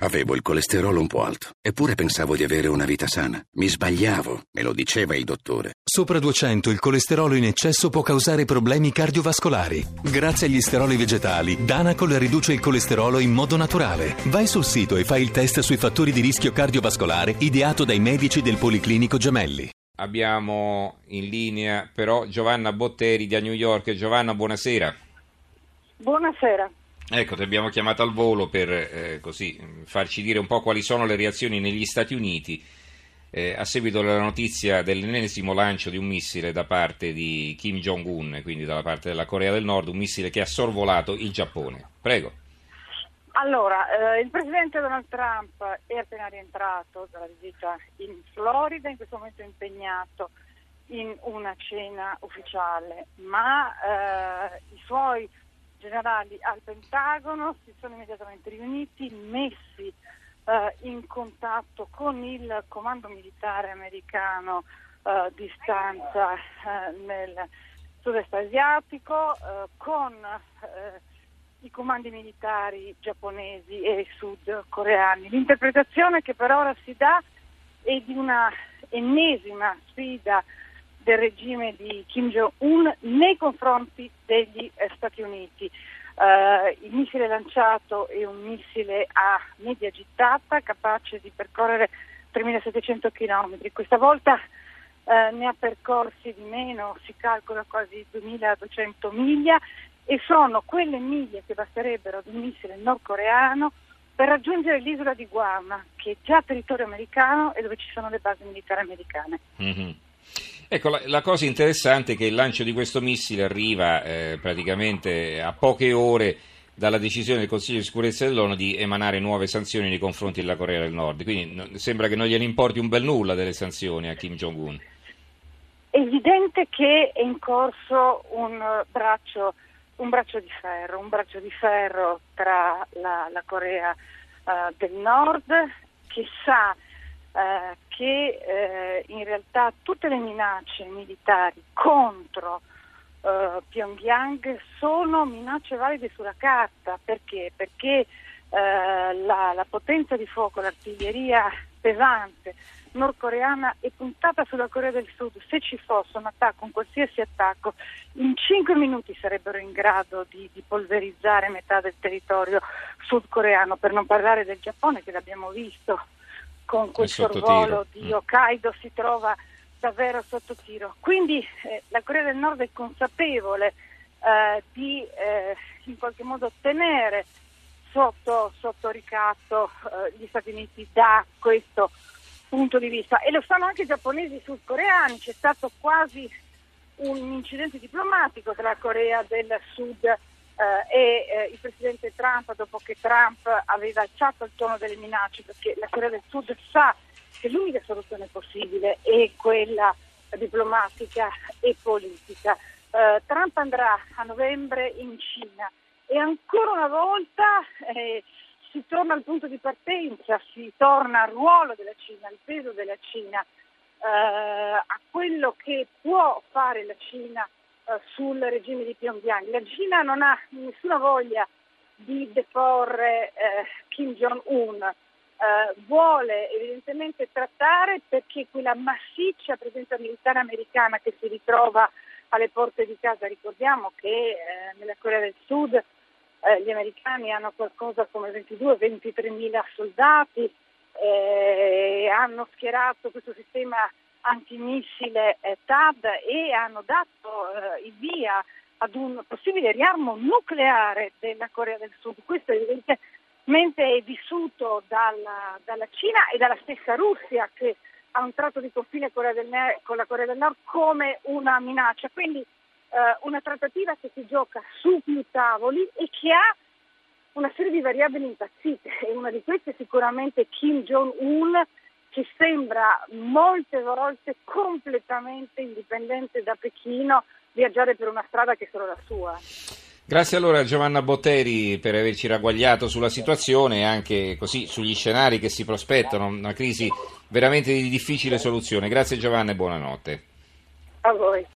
Avevo il colesterolo un po' alto, eppure pensavo di avere una vita sana. Mi sbagliavo, me lo diceva il dottore. Sopra 200 il colesterolo in eccesso può causare problemi cardiovascolari. Grazie agli steroli vegetali, Danacol riduce il colesterolo in modo naturale. Vai sul sito e fai il test sui fattori di rischio cardiovascolare ideato dai medici del Policlinico Gemelli. Abbiamo in linea però Giovanna Botteri da New York. Giovanna, buonasera. Buonasera. Ecco, ti abbiamo chiamato al volo per così farci dire un po' quali sono le reazioni negli Stati Uniti a seguito della notizia dell'ennesimo lancio di un missile da parte di Kim Jong-un, quindi dalla parte della Corea del Nord, un missile che ha sorvolato il Giappone. Prego. Allora, il presidente Donald Trump è appena rientrato dalla visita in Florida, in questo momento è impegnato in una cena ufficiale, ma i suoi generali al Pentagono si sono immediatamente riuniti, messi in contatto con il comando militare americano di stanza nel sud-est asiatico, con i comandi militari giapponesi e sudcoreani. L'interpretazione che per ora si dà è di una ennesima sfida del regime di Kim Jong-un nei confronti degli Stati Uniti. Il missile lanciato è un missile a media gittata capace di percorrere 3.700 km. Questa volta ne ha percorsi di meno, si calcola quasi 2.200 miglia, e sono quelle miglia che basterebbero ad un missile nordcoreano per raggiungere l'isola di Guam, che è già territorio americano e dove ci sono le basi militari americane. Mm-hmm. Ecco, la cosa interessante è che il lancio di questo missile arriva praticamente a poche ore dalla decisione del Consiglio di sicurezza dell'ONU di emanare nuove sanzioni nei confronti della Corea del Nord, quindi sembra che non gliene importi un bel nulla delle sanzioni a Kim Jong-un. È evidente che è in corso un braccio di ferro tra la Corea del Nord, che sa che in realtà tutte le minacce militari contro Pyongyang sono minacce valide sulla carta. Perché? Perché la potenza di fuoco, l'artiglieria pesante nordcoreana è puntata sulla Corea del Sud. Se ci fosse un attacco, un qualsiasi attacco, in 5 minuti sarebbero in grado di polverizzare metà del territorio sudcoreano, per non parlare del Giappone, che l'abbiamo visto con quel sorvolo di Hokkaido, si trova davvero sotto tiro. Quindi la Corea del Nord è consapevole di in qualche modo tenere sotto ricatto gli Stati Uniti da questo punto di vista, e lo sanno anche i giapponesi e i sudcoreani. C'è stato quasi un incidente diplomatico tra la Corea del Sud e il presidente Trump, dopo che Trump aveva alzato il tono delle minacce, perché la Corea del Sud sa che l'unica soluzione possibile è quella diplomatica e politica. Trump andrà a novembre in Cina e ancora una volta si torna al punto di partenza, si torna al ruolo della Cina, al peso della Cina, a quello che può fare la Cina sul regime di Pyongyang. La Cina non ha nessuna voglia di deporre Kim Jong-un, vuole evidentemente trattare, perché quella massiccia presenza militare americana che si ritrova alle porte di casa, ricordiamo che nella Corea del Sud gli americani hanno qualcosa come 22-23 mila soldati, hanno schierato questo sistema antimissile THAAD e hanno dato il via ad un possibile riarmo nucleare della Corea del Sud. Questo evidentemente è vissuto dalla Cina e dalla stessa Russia, che ha un tratto di confine con la Corea del Nord, come una minaccia. Quindi una trattativa che si gioca su più tavoli e che ha una serie di variabili impazzite, e una di queste è sicuramente Kim Jong-un, che sembra molte volte completamente indipendente da Pechino, viaggiare per una strada che è solo la sua. Grazie allora a Giovanna Botteri per averci ragguagliato sulla situazione e anche così sugli scenari che si prospettano, una crisi veramente di difficile soluzione. Grazie Giovanna e buonanotte. A voi.